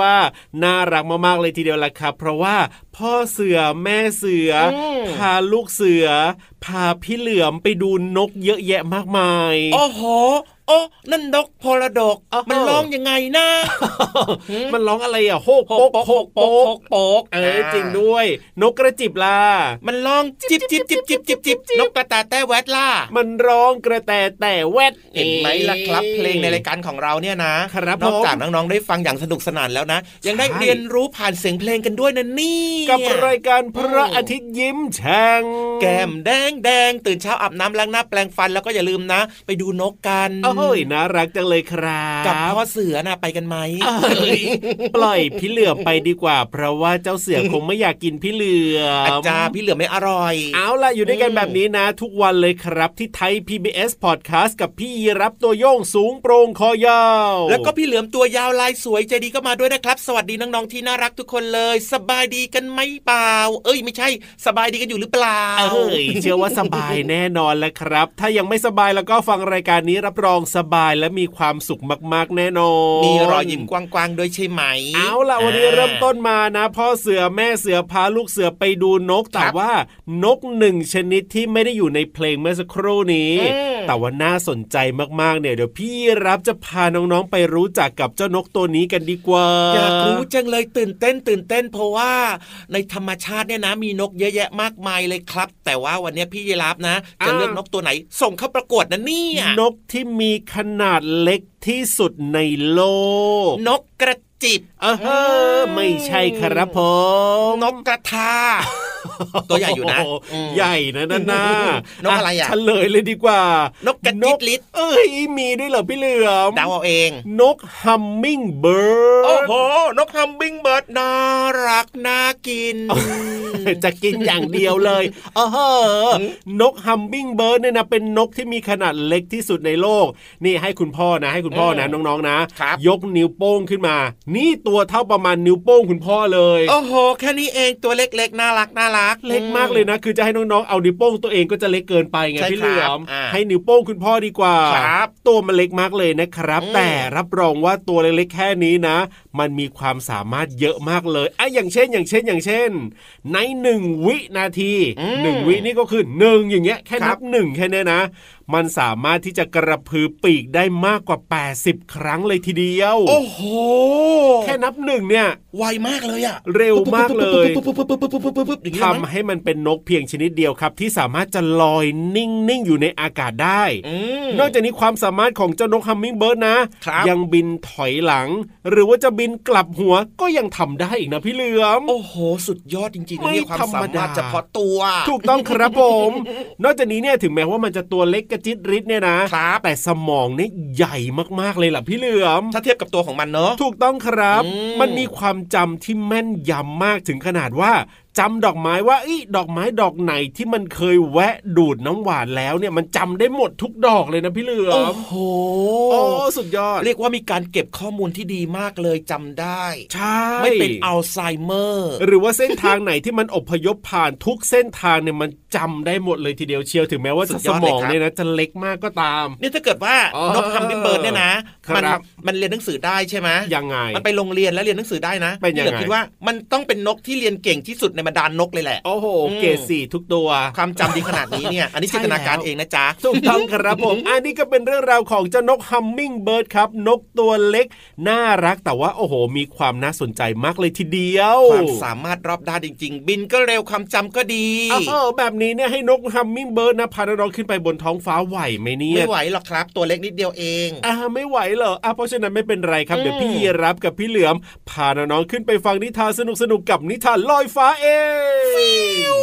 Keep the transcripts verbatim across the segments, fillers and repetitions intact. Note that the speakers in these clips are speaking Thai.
ว่าน่ารักมากๆเลยทีเดียวล่ะครับเพราะว่าพ่อเสือแม่เสือพาลูกเสือพาพี่เหลือมไปดูนกเยอะแยะมากมายโอ้โหโอ้นั่นนกพลดกมันร้องยังไงนะมันร้องอะไรอ่ะโฮกโป๊กโฮกโป๊กโป๊กเออจริงด้วยนกกระจิบล่ะมันร้องจิบจิบจิบจิบจิบจิบนกกระแตแต่แวดล่ะมันร้องกระแตแต่แวดเห็นไหมล่ะครับเพลงในรายการของเราเนี่ยนะนอกจากน้องๆได้ฟังอย่างสนุกสนานแล้วนะยังได้เรียนรู้ผ่านเสียงเพลงกันด้วยนะนี่กับรายการพระอาทิตย์ยิ้มแฉ่งแก้มแดงแดงตื่นเช้าอาบน้ำล้างหน้าแปรงฟันแล้วก็อย่าลืมนะไปดูนกกันโอ้ยน่ารักจังเลยครับกับพ่อเสือน่ะไปกันไหมปล่อยพี่เหลือมไปดีกว่าเพราะว่าเจ้าเสือคงไม่อยากกินพี่เหลือมอาจารย์พี่เหลือมไม่อร่อยเอาล่ะอยู่ด้วยกันแบบนี้นะทุกวันเลยครับที่ไทย พี บี เอส Podcast กับพี่ยีรับตัวโยงสูงโปร่งคอยาวแล้วก็พี่เหลือมตัวยาวลายสวยใจดีก็มาด้วยนะครับสวัสดีน้องๆที่น่ารักทุกคนเลยสบายดีกันไหมเปล่าเอ้ยไม่ใช่สบายดีกันอยู่หรือเปล่าเอ้ยเชื่อว่าสบายแน่นอนแล้วครับถ้ายังไม่สบายแล้วก็ฟังรายการนี้รับรองสบายและมีความสุขมากๆแน่นอนมีรอยยิ้มกว้างๆด้วยใช่ไหมเอาล่ะวันนี้เริ่มต้นมานะพ่อเสือแม่เสือพาลูกเสือไปดูนกแต่ว่านกหนึ่งชนิดที่ไม่ได้อยู่ในเพลงเมื่อสักครู่นี้แต่ว่าน่าสนใจมากๆเนี่ยเดี๋ยวพี่รับจะพาน้องๆไปรู้จักกับเจ้านกตัวนี้กันดีกว่าอยากรู้จังเลยตื่นเต้นตื่นเต้นเพราะว่าในธรรมชาติเนี่ยนะมีนกเยอะแยะมากมายเลยครับแต่ว่าวันนี้พี่ยีราฟนะจะเลือกนกตัวไหนส่งเข้าประกวดนะเนี่ยนกที่มีขนาดเล็กที่สุดในโลกนกกระจิบเออไม่ใช่ครับผมนกกระทาตัวใหญ่อยู่นะใหญ่นะนั่นน่ะนกอะไรอ่ะเฉลยเลยดีกว่านกกระจิบลิศเอ้ยมีด้วยเหรอพี่เหลือมเดาเอาเองนกฮัมมิงเบิร์ดโอ้โหนกฮัมมิงเบิร์ดน่ารักน่ากินจะกินอย่างเดียวเลยเออนกฮัมมิงเบิร์ดเนี่ยนะเป็นนกที่มีขนาดเล็กที่สุดในโลกนี่ให้คุณพ่อนะให้คุณพ่อนะน้องๆนะยกนิ้วโป้งขึ้นมานี่ตัวเท่าประมาณนิ้วโป้งคุณพ่อเลยโอ้โหแค่นี้เองตัวเล็กๆน่ารักน่ารักเล็กมากเลยนะคือจะให้น้องๆเอานิ้วโป้งตัวเองก็จะเล็กเกินไปไงพี่เหลือมให้นิ้วโป้งคุณพ่อดีกว่าครับตัวมันเล็กมากเลยนะครับแต่รับรองว่าตัวเล็กๆแค่นี้นะมันมีความสามารถเยอะมากเลยอ่ะอย่างเช่นอย่างเช่นอย่างเช่นในหนึ่งวินาทีหนึ่งวินี่ก็คือหนึ่งอย่างเงี้ยแค่นับหนึ่งแค่นี้นะมันสามารถที่จะกระพือปีกได้มากกว่าแปดสิบครั้งเลยทีเดียวโอ้โหแค่นับหนึ่งเนี่ยไวมากเลยอะเร็วมากเลยทำให้มันเป็นนกเพียงชนิดเดียวครับที่สามารถจะลอยนิ่งๆอยู่ในอากาศได้นอกจากนี้ความสามารถของเจ้านกฮัมมิงเบิร์ดนะยังบินถอยหลังหรือว่าจะบินกลับหัวก็ยังทำได้อีกนะพี่เหลือมโอ้โหสุดยอดจริงๆนี่ความสามารถเฉพาะตัวถูกต้องครับผมนอกจากนี้เนี่ยถึงแม้ว่ามันจะตัวเล็กกระจิตริดเนี่ยนะแต่สมองนี่ใหญ่มากๆเลยล่ะพี่เหลือมถ้าเทียบกับตัวของมันเนอะถูกต้องครับมันมีความจำที่แม่นยำมากถึงขนาดว่าจำดอกไม้ว่าอีดอกไม้ดอกไหนที่มันเคยแวะดูดน้ำหวานแล้วเนี่ยมันจำได้หมดทุกดอกเลยนะพี่เหลือมโอ้โหโอ้สุดยอดเรียกว่ามีการเก็บข้อมูลที่ดีมากเลยจำได้ใช่ไม่เป็นอัลไซเมอร์หรือว่าเส้นทางไหนที่มันอพยพผ่านทุกเส้นทางเนี่ยมันจำได้หมดเลยทีเดียวเชียวถึงแม้ว่าสมองเนี่ยนะจะเล็กมากก็ตามนี่ถ้าเกิดว่านกฮัมมิงเบิร์ดเนี่ยนะมันมันเรียนหนังสือได้ใช่ไหมยังไงมันไปโรงเรียนแล้วเรียนหนังสือได้นะพี่เหลือคิดว่ามันต้องเป็นนกที่เรียนเก่งที่สุดในบรรดานกเลยแหละโอ้โหเกรดสี่ทุกตัวความจำดีขนาดนี้เนี่ยอันนี้จินตนาการเองนะจ๊ะถูกต้องครับผมอันนี้ก็เป็นเรื่องราวของเจ้านกฮัมมิงเบิร์ดครับนกตัวเล็กน่ารักแต่ว่าโอ้โหมีความน่าสนใจมากเลยทีเดียวความสามารถรอบด้านจริงๆบินก็เร็วความจำก็ดีเออแบบนี้เนี่ยให้นกฮัมมิงเบิร์ดนะพาน้องขึ้นไปบนท้องฟ้าไหวไหมเนี่ยไม่ไหวหรอกครับตัวเล็กนิดเดียวเองอ่าไม่ไหวเหรออ่ะเพราะฉะนั้นไม่เป็นไรครับเดี๋ยวพี่รับกับพี่เหลือมพาน้องขึ้นไปฟังนิทานสนุกๆกับนิทานลอยฟ้าเอง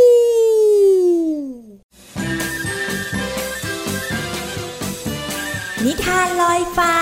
นิทานลอยฟ้า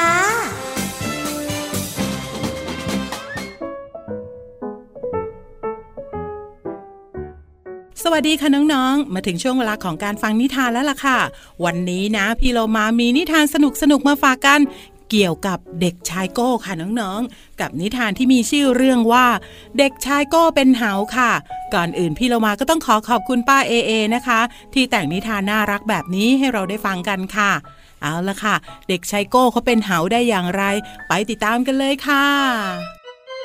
สวัสดีค่ะน้องๆมาถึงช่วงเวลาของการฟังนิทานแล้วล่ะค่ะวันนี้นะพี่เรามามีนิทานสนุกๆมาฝากกันเกี่ยวกับเด็กชายโก้ค่ะน้องๆกับนิทานที่มีชื่อเรื่องว่าเด็กชายโก้เป็นเหาค่ะก่อนอื่นพี่เรามาก็ต้องขอขอบคุณป้าเอเอนะคะที่แต่งนิทานน่ารักแบบนี้ให้เราได้ฟังกันค่ะเอาละค่ะเด็กชายโก้เขาเป็นเหาได้อย่างไรไปติดตามกันเลยค่ะ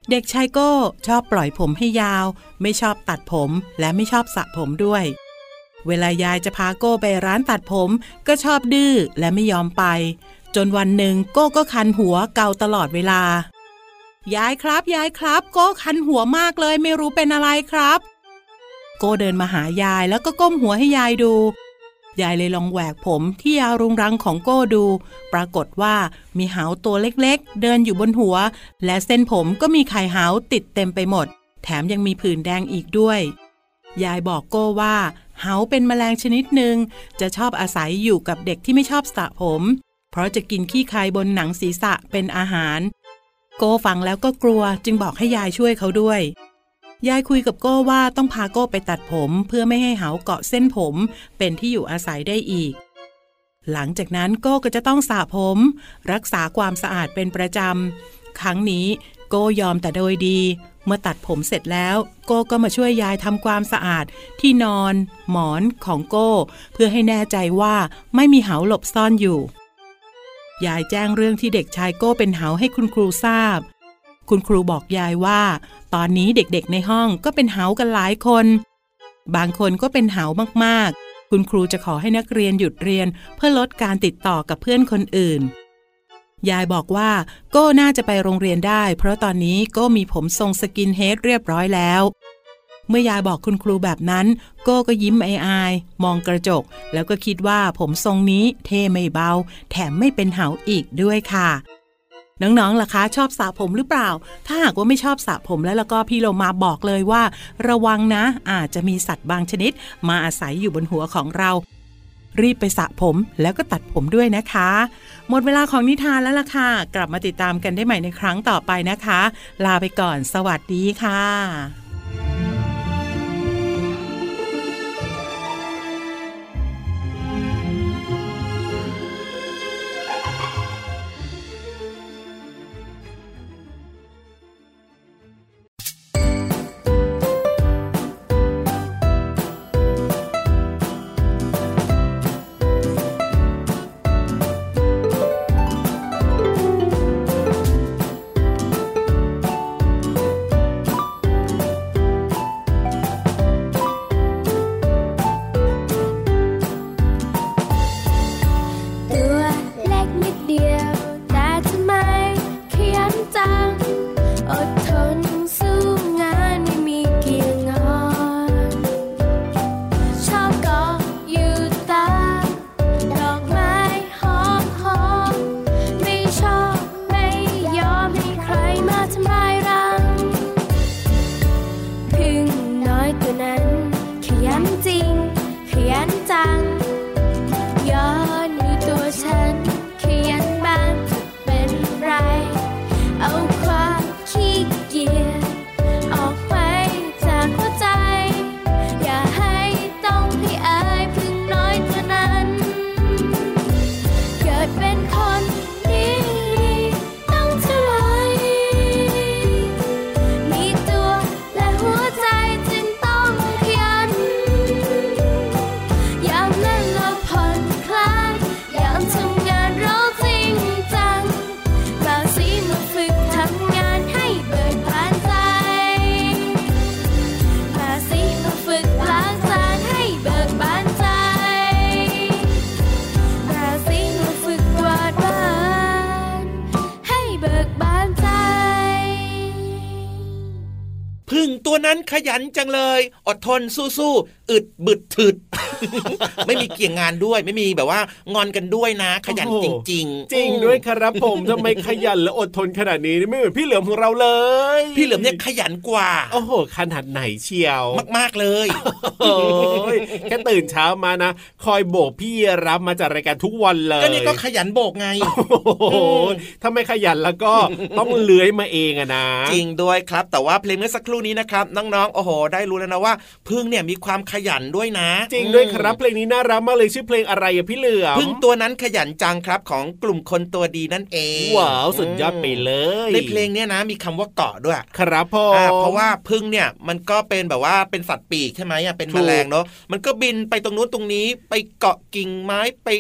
เด็กชายโก้ชอบปล่อยผมให้ยาวไม่ชอบตัดผมและไม่ชอบสระผมด้วยเวลายายจะพาโก้ไปร้านตัดผมก็ชอบดื้อและไม่ยอมไปจนวันหนึ่งโก้ก็คันหัวเกาตลอดเวลายายครับยายครับโก้คันหัวมากเลยไม่รู้เป็นอะไรครับโก้เดินมาหายายแล้วก็ก้มหัวให้ยายดูยายเลยลองแหวกผมที่ยาวรุงรังของโก้ดูปรากฏว่ามีเหาตัวเล็กๆเดินอยู่บนหัวและเส้นผมก็มีไข่เหาติดเต็มไปหมดแถมยังมีผื่นแดงอีกด้วยยายบอกโก้ว่าเหาเป็นแมลงชนิดหนึ่งจะชอบอาศัยอยู่กับเด็กที่ไม่ชอบสระผมเพราะจะกินขี้ใครบนหนังศีรษะเป็นอาหารโก้ฟังแล้วก็กลัวจึงบอกให้ยายช่วยเขาด้วยยายคุยกับโก้ว่าต้องพาโก้ไปตัดผมเพื่อไม่ให้เหาเกาะเส้นผมเป็นที่อยู่อาศัยได้อีกหลังจากนั้นโก้ก็จะต้องสระผมรักษาความสะอาดเป็นประจำครั้งนี้โก้ยอมแต่โดยดีเมื่อตัดผมเสร็จแล้วโก้ก็มาช่วยยายทำความสะอาดที่นอนหมอนของโก้เพื่อให้แน่ใจว่าไม่มีเหาหลบซ่อนอยู่ยายแจ้งเรื่องที่เด็กชายโก้เป็นเหาให้คุณครูทราบคุณครูบอกยายว่าตอนนี้เด็กๆในห้องก็เป็นเหากันหลายคนบางคนก็เป็นเหามากๆคุณครูจะขอให้นักเรียนหยุดเรียนเพื่อลดการติดต่อกับเพื่อนคนอื่นยายบอกว่าโก้น่าจะไปโรงเรียนได้เพราะตอนนี้โก้มีผมทรงสกินเฮดเรียบร้อยแล้วเมื่อยายบอกคุณครูแบบนั้นโก้ก็ยิ้มอายๆมองกระจกแล้วก็คิดว่าผมทรงนี้เท่ไม่เบาแถมไม่เป็นเหาอีกด้วยค่ะน้องๆล่ะคะชอบสระผมหรือเปล่าถ้าหากว่าไม่ชอบสระผมแล้วแล้วก็พี่โลมาบอกเลยว่าระวังนะอาจจะมีสัตว์บางชนิดมาอาศัยอยู่บนหัวของเรารีบไปสระผมแล้วก็ตัดผมด้วยนะคะหมดเวลาของนิทานแล้วล่ะค่ะกลับมาติดตามกันได้ใหม่ในครั้งต่อไปนะคะลาไปก่อนสวัสดีค่ะตัวนั้นขยันจังเลยอดทนสู้ๆอึดบึดถึด ไม่มีเกี่ยงงานด้วยไม่มีแบบว่างอนกันด้วยนะขยันจริงๆจริงด้วยครับผมทำไมขยันและอดทนขนาดนี้ไม่เหมือนพี่เหลือมของเราเลยพี่เหลือมเนี่ยขยันกว่าโอ้โหขนาดไหนเชียวมากๆเลยโอ้ยแค่ตื่นเช้ามานะคอยโบกพี่รับมาจากรายการทุกวันเลยก็นี่ก็ขยันโบกไงโอ้โหถ้าไม่ขยันแล้วก็ต้องเลื้อยมาเองอะนะจริงด้วยครับแต่ว่าเพลงเมื่อสักครู่นี้นะครับน้องๆโอ้โหได้รู้แล้วนะว่าพึ่งเนี่ยมีความขยันด้วยนะจริงด้วยครับเพลงนี้น่ารักมากเลยชื่อเพลงอะไรอะพี่เหลือมพึ่งตัวนั้นขยันจังครับของกลุ่มคนตัวดีนั่นเองว้าวสุดยอดไปเลยในเพลงนี้นะมีคำว่าเกาะด้วยครับพ่อเพราะว่าพึ่งเนี่ยมันก็เป็นแบบว่าเป็นสัตว์ปีกใช่ไหมเป็นแมลงเนาะมันก็บินไปตรงนู้นตรงนี้ไปเกาะกิ่งไม้ไปเกาะ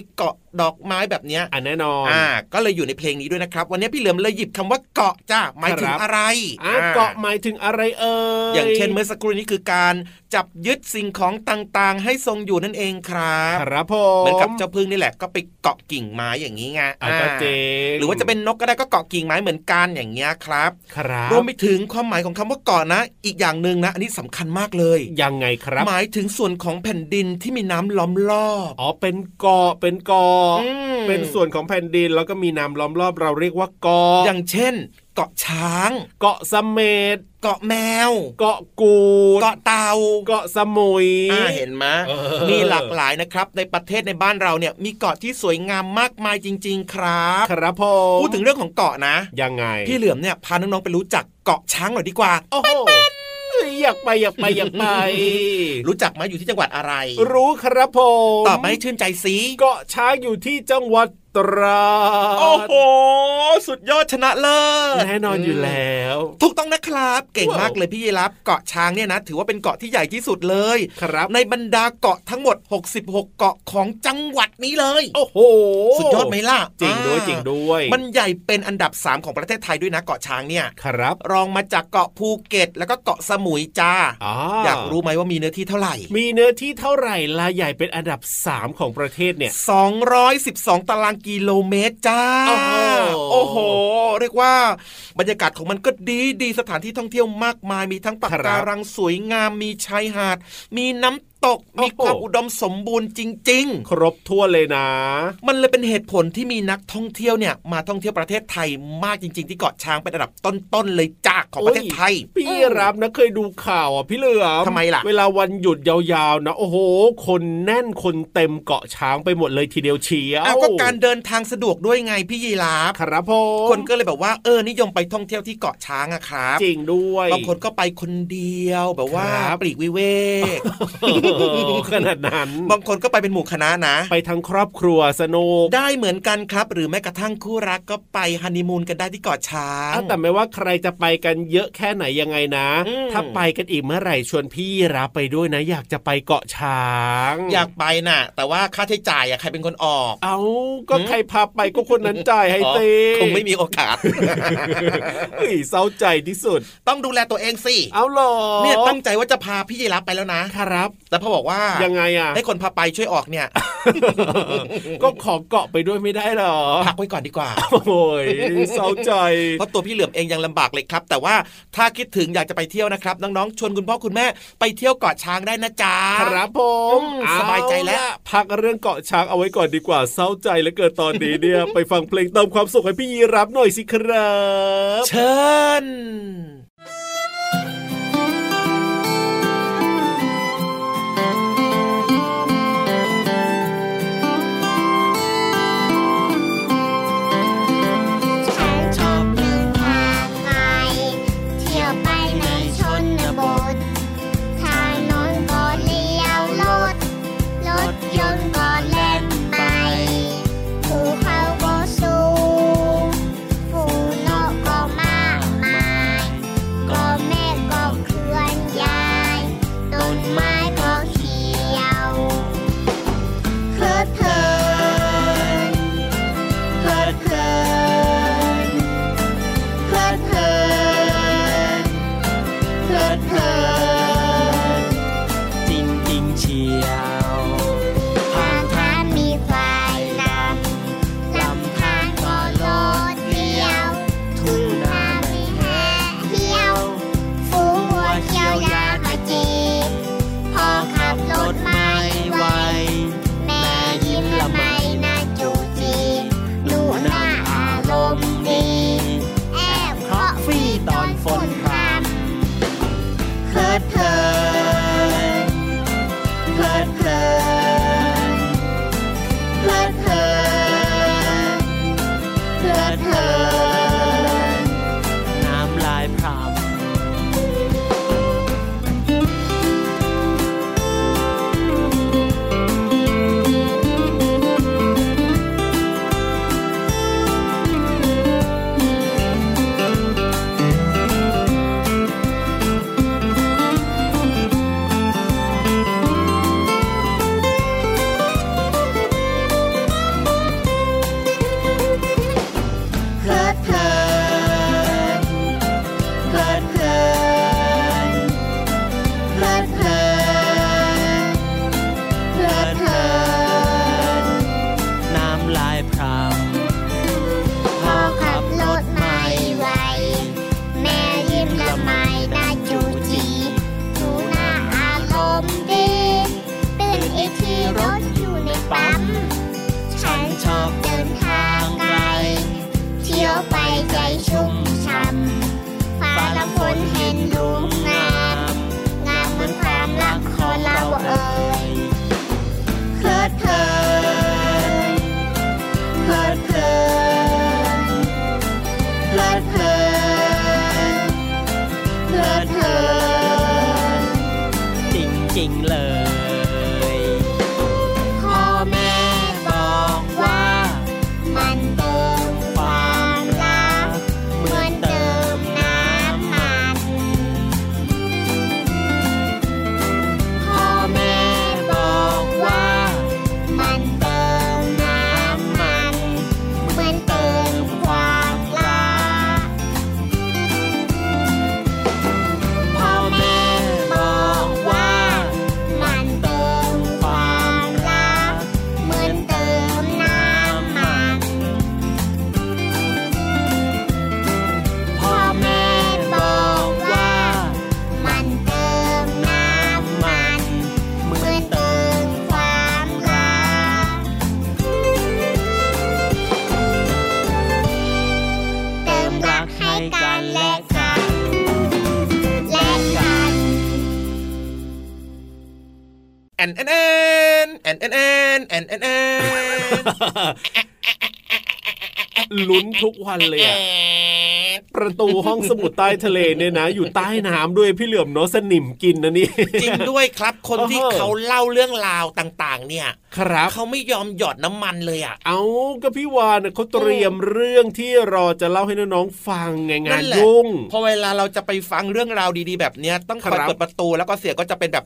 ดอกไม้แบบเนี้ยอ่ะแน่นอนอ่าก็เลยอยู่ในเพลงนี้ด้วยนะครับวันนี้พี่เหลือมเลยหยิบคำว่าเกาะจ้าหมายถึงอะไรอ่าเกาะหมายถึงอะไรเอ่ยอย่างเช่นเมื่อสักครู่นี้คือการจับยึดสิ่งของต่างๆให้ทรงอยู่นั่นเองครับครับผมเหมือนกับเจ้าพึ่งนี่แหละก็ไปเกาะกิ่งไม้อย่างนี้ไงอ่าเจ๋งหรือว่าจะเป็นนกก็ได้ก็เกาะกิ่งไม้เหมือนกันอย่างเงี้ยครับครับรวมไปถึงความหมายของคำว่าเกาะนะอีกอย่างนึงนะอันนี้สำคัญมากเลยยังไงครับหมายถึงส่วนของแผ่นดินที่มีน้ำล้อมรอบอ๋อเป็นเกาะเป็นเกาะเป็นส่วนของแผ่นดินแล้วก็มีน้ำล้อมรอบเราเรียกว่าเกาะอย่างเช่นเกาะช้างเกาะเสม็ดเกาะแมวเกาะกูดเกาะเต่าเกาะสมุยอ่าเห็นไหมมีหลากหลายนะครับในประเทศในบ้านเราเนี่ยมีเกาะที่สวยงามมากมายจริงๆครับครับผมพูดถึงเรื่องของเกาะนะยังไงพี่เหลือมเนี่ยพาน้องๆไปรู้จักเกาะช้างหน่อยดีกว่าโอ้โหอยากไปอยากไปอยากไปรู้จักไหมอยู่ที่จังหวัดอะไรรู้ครับผมตอบมาให้ชื่นใจสิเกาะช้างอยู่ที่จังหวัดตราดโอ้โหสุดยอดชนะเลิศแน่นอนอยู่แล้วถูกต้องนะครับเก่งมากเลยพี่ยีรับเกาะช้างเนี่ยนะถือว่าเป็นเกาะที่ใหญ่ที่สุดเลยครับในบรรดาเกาะทั้งหมดหกสิบหกเกาะของจังหวัดนี้เลยโอ้โหสุดยอดไหมล่ะจริงด้วยจริงด้วยมันใหญ่เป็นอันดับสามของประเทศไทยด้วยนะเกาะช้างเนี่ยครับรองมาจากเกาะภูเก็ตแล้วก็เกาะสมุยจ้าอ, อยากรู้ไหมว่ามีเนื้อที่เท่าไหร่มีเนื้อที่เท่าไหร่ลาใหญ่เป็นอันดับสามของประเทศเนี่ยสองร้อยสิบสองตารางกิโลเมตรจ้าโอ้โหเรียกว่าบรรยากาศของมันก็ดีดีสถานที่ท่องเที่ยวมากมายมีทั้งปะการังสวยงามมีชายหาดมีน้ำตกมีความอุดมสมบูรณ์จริงๆครบทั่วเลยนะมันเลยเป็นเหตุผลที่มีนักท่องเที่ยวเนี่ยมาท่องเที่ยวประเทศไทยมากจริงๆที่เกาะช้างเป็นอันดับต้นๆเลยจากของประเทศไทยพี่รับนะเคยดูข่าวอ่ะพี่เหลือมทำไมล่ะเวลาวันหยุดยาวๆนะโอ้โหคนแน่นคนเต็มเกาะช้างไปหมดเลยทีเดียวเชียวก็การเดินทางสะดวกด้วยไงพี่ยีราฟครับผมคนก็เลยแบบว่าเออนิยมไปท่องเที่ยวที่เกาะช้างอะครับจริงด้วยบางคนก็ไปคนเดียวแบบว่าปลีกวิเวกขนาดนั้นบางคนก็ไปเป็นหมู่คณะนะไปทั้งครอบครัวสนุกได้เหมือนกันครับหรือแม้กระทั่งคู่รักก็ไปฮันนีมูนกันได้ที่เกาะช้างแต่ไม่ว่าใครจะไปกันเยอะแค่ไหนยังไงนะถ้าไปกันอีกเมื่อไหร่ชวนพี่รับไปด้วยนะอยากจะไปเกาะช้างอยากไปน่ะแต่ว่าค่าใช้จ่ายอะใครเป็นคนออกเอาก็ใครพาไปก็คนนั้นจ่ายให้เต้คงไม่มีโอกาสเฮ้ยเศร้าใจที่สุดต้องดูแลตัวเองสิเอาหรอเนี่ยตั้งใจว่าจะพาพี่ยีรับไปแล้วนะครับแต่พอบอกว่ายังไงอะให้คนพาไปช่วยออกเนี่ยก็ขอเกาะไปด้วยไม่ได้หรอพักไว้ก่อนดีกว่าโอ้ยเศร้าใจเพราะตัวพี่เหลือมเองยังลำบากเลยครับแต่ว่าถ้าคิดถึงอยากจะไปเที่ยวนะครับน้องๆชวนคุณพ่อคุณแม่ไปเที่ยวเกาะช้างได้นะจ๊ะครับผมสบายใจแล้วพักเรื่องเกาะช้างเอาไว้ก่อนดีกว่าเศร้าใจเหลือเกินตอนนี้เนี่ยไปฟังเพลงเติมความสุขให้พี่ยีรับหน่อยสิครับเชิญเละคนเห็นรูปงามงามเหมือนความรักของเราเอ่ยเพลิดเพลินเพลิดเพลินเพลิดเพลินเพลิดเพลินจริงๆเลยพ่อแม่บอกว่ามันเติมความรักเหมือนเติมน้ำมันพ่อแม่บอกว่ามันเติมน้ำมันเหมือนเติมความรักพ่อแม่บอกว่ามันเติมความรักเหมือนเติมน้ำมันพ่อแม่บอกว่ามันเติมน้ำมันเหมือนเติมความรักเติมรักให้กันและกันและกันแอนแอนแอนแอนแอนแอนแอนแอนแอนลุ้นทุกวันเลยอะประตูห้องสมุดใต้ทะเลเนี่ยนะอยู่ใต้น้ำด้วยพี่เหลือมเนาะสนิมกินนะนี่จริงด้วยครับคนที่เขาเล่าเรื่องราวต่างๆเนี่ยครับเขาไม่ยอมหยอดน้ำมันเลยอ่ะเอาก็พี่วานเขาเตรียมเรื่องที่รอจะเล่าให้น้องๆฟังไงงานยุ่งพอเวลาเราจะไปฟังเรื่องราวดีๆแบบเนี้ยต้องคอยเปิดประตูแล้วก็เสียงก็จะเป็นแบบ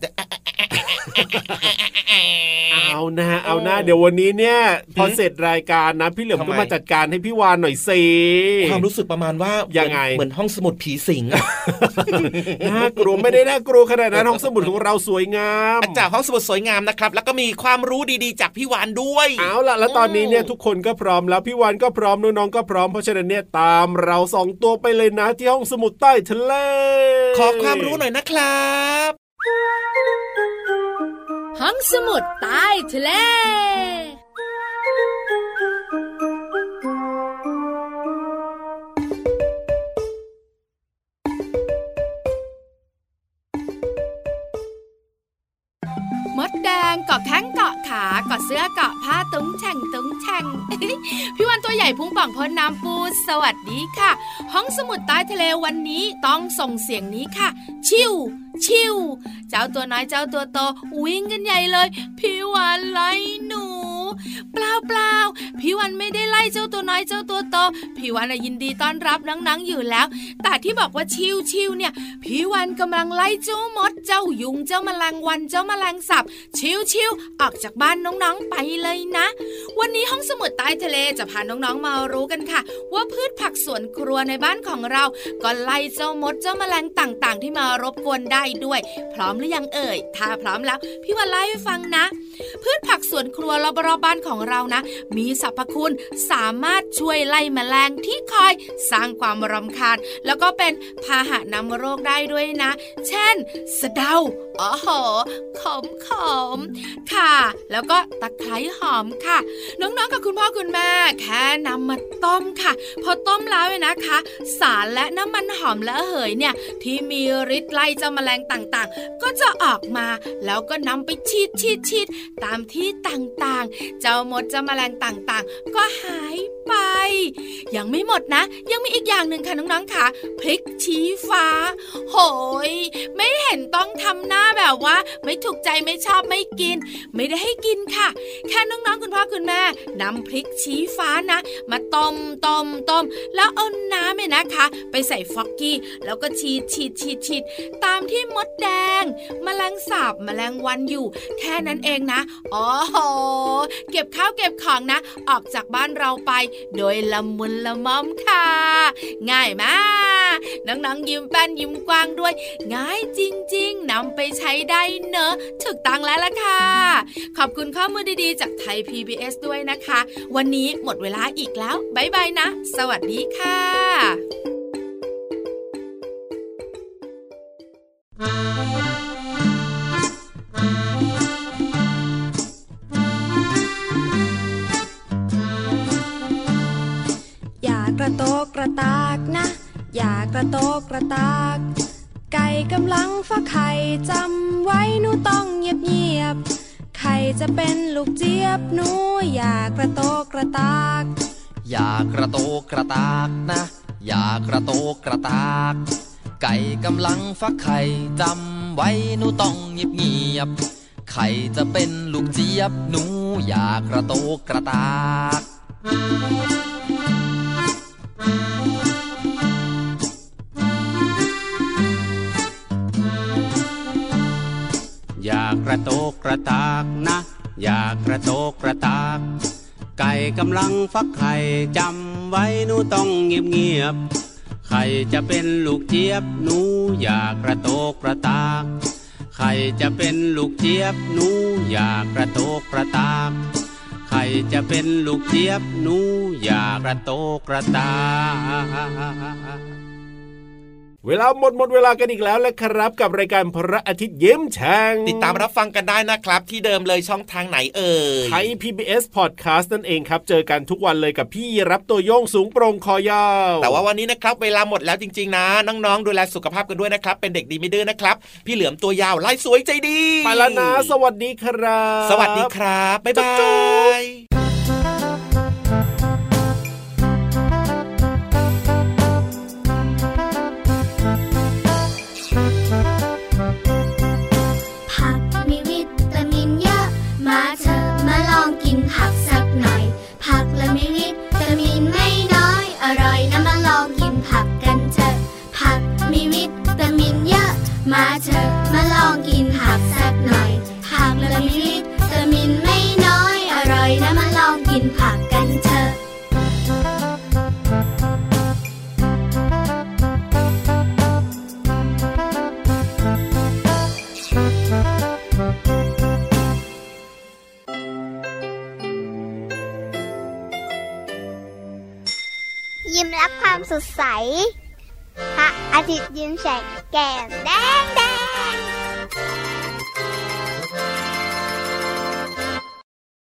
เอานะเอานะเดี๋ยววันนี้เนี่ยพอเสร็จรายการนะพี่เหลือมก็มาจัดการให้พี่วานหน่อยสิความรู้สึกประมาณว่ายังไงเหมือนห้องสมุดผีสิงน่ากลัวไม่ได้น่ากลัวขนาดนั้นห้องสมุดของเราสวยงามจากห้องสมุดสวยงามนะครับแล้วก็มีความรู้ดีๆจากพี่วานด้วยเอาล่ะแล้วตอนนี้เนี่ยทุกคนก็พร้อมแล้วพี่วานก็พร้อมน้องๆก็พร้อมเพราะฉะนั้นเนี่ยตามเราสองตัวไปเลยนะที่ห้องสมุดใต้ทะเลขอความรู้หน่อยนะครับห้องสมุดใต้ทะเลมดแดงเกาะแข้งเกาะขาเกาะเสื้อเกาะผ้าตุ้งแฉ่งตุ้งแฉ่ง พี่วันตัวใหญ่พุงป่องพ้นน้ำปูสวัสดีค่ะห้องสมุดใต้ทะเลวันนี้ต้องส่งเสียงนี้ค่ะชิวชิวเจ้าตัวน้อยเจ้าตัวโตวิ่งกันใหญ่เลยพี่วันไล่หนูเปล่าเปล่าพี่วันไม่ได้ไล่เจ้าตัวน้อยเจ้าตัวโตพี่วันยินดีต้อนรับนังๆอยู่แล้วแต่ที่บอกว่าชิวชิวเนี่ยพี่วันกำลังไล่เจ้ามดเจ้ายุงเจ้าแมลงวันเจ้าแมลงสาบชิวชิวออกจากบ้านน้องๆไปเลยนะวันนี้ห้องสมุดใต้ทะเลจะพาน้องๆมารู้กันค่ะว่าพืชผักสวนครัวในบ้านของเราก็ไล่เจ้ามดเจ้าแมลงต่างๆที่มารบกวนได้ด้วยพร้อมหรือยังเอ่ยถ้าพร้อมแล้วพี่วันไล่ให้ฟังนะพืชผักสวนครัวรอบๆบ้านของเรานะมีสรรพคุณสามารถช่วยไล่แมลงที่คอยสร้างความรำคาญแล้วก็เป็นพาหะนำโรคได้ด้วยนะเช่นสะเดาอ๋อโหขมขมค่ะแล้วก็ตะไคร้หอมค่ะน้องๆกับคุณพ่อคุณแม่แค่นำมาต้มค่ะพอต้มแล้วเนี่ยนะคะสารและน้ำมันหอมระเหยเนี่ยที่มีฤทธิ์ไล่เจ้าแมลงต่างๆก็จะออกมาแล้วก็นำไปฉีดฉีดฉีดตามที่ต่างๆเจ้ามดเจ้าแมลงต่างๆก็หายไปยังไม่หมดนะยังมีอีกอย่างหนึ่งค่ะน้องๆค่ะพริกชี้ฟ้าโหยไม่เห็นต้องทำหน้าแบบว่าไม่ถูกใจไม่ชอบไม่กินไม่ได้ให้กินค่ะแค่น้องๆคุณพ่อคุณแม่นำพริกชี้ฟ้านะมาต้มต้มต้มแล้วเอาน้ำเนี่ยนะคะไปใส่ฟอกกี้แล้วก็ฉีดฉีดฉีดฉีดตามที่มดแดงแมลงสาบแมลงวันอยู่แค่นั้นเองนะอ๋อโหเก็บข้าวเก็บของนะออกจากบ้านเราไปโดยละมุนละม่อมค่ะง่ายมากน้องๆยิ้มแป้นยิ้มกว้างด้วยง่ายจริงๆนำไปใช้ได้เนอะถูกต้องแล้วล่ะค่ะขอบคุณข้อมูลดีๆจากไทย พี บี เอส ด้วยนะคะวันนี้หมดเวลาอีกแล้วบ๊ายบายนะสวัสดีค่ะอย่ากระโตกกระตากนะอย่ากระโตกกระตากไก่กำลังฟักไข่จำไว้หนูต้องเงียบๆไข่จะเป็นลูกเจี๊ยบหนูอย่ากระโตกกระตากอย่ากระโตกกระตากนะอย่ากระโตกกระตากไก่กำลังฟักไข่จำไว้หนูต้องเงียบๆไข่จะเป็นลูกเจี๊ยบหนูอย่ากระโตกกระตากอย่ากระโตกกระตากนะอย่ากระโตกกระตากไก่กำลังฟักไข่จำไว้หนูต้องเงียบๆไข่จะเป็นลูกเจี๊ยบหนูอย่ากระโตกกระตากไข่จะเป็นลูกเจี๊ยบหนูอย่ากระโตกกระตากไข่จะเป็นลูกเจี๊ยบหนูอย่ากระโตกกระตากเวลาหมดหมดเวลากันอีกแล้วแหละครับกับรายการพระอาทิตย์ยิ้มแฉ่งติดตามรับฟังกันได้นะครับที่เดิมเลยช่องทางไหนเอ่ยไทย พี บี เอส Podcast นั่นเองครับเจอกันทุกวันเลยกับพี่รับตัวโยงสูงโปร่งคอยาวแต่ว่าวันนี้นะครับเวลาหมดแล้วจริงๆนะน้องๆดูแลสุขภาพกันด้วยนะครับเป็นเด็กดีไม่ดื้อนะครับพี่เหลือมตัวยาวลายสวยใจดีไปแล้วนะสวัสดีครับสวัสดีครับบ๊ายบายผักสักหน่อยผักและมีวิตามินไม่น้อยอร่อยนะมาลองกินผักกันเถอะผักมีวิตามินเยอะมาเถอะมาลองกินผักสักหน่อยผักและมีวิตามินไม่น้อยอร่อยนะมาลองกินผักกันเถอะยิ้มรับความสดใสพระอาทิตย์ยิ้มแฉกแก้มแดงแดง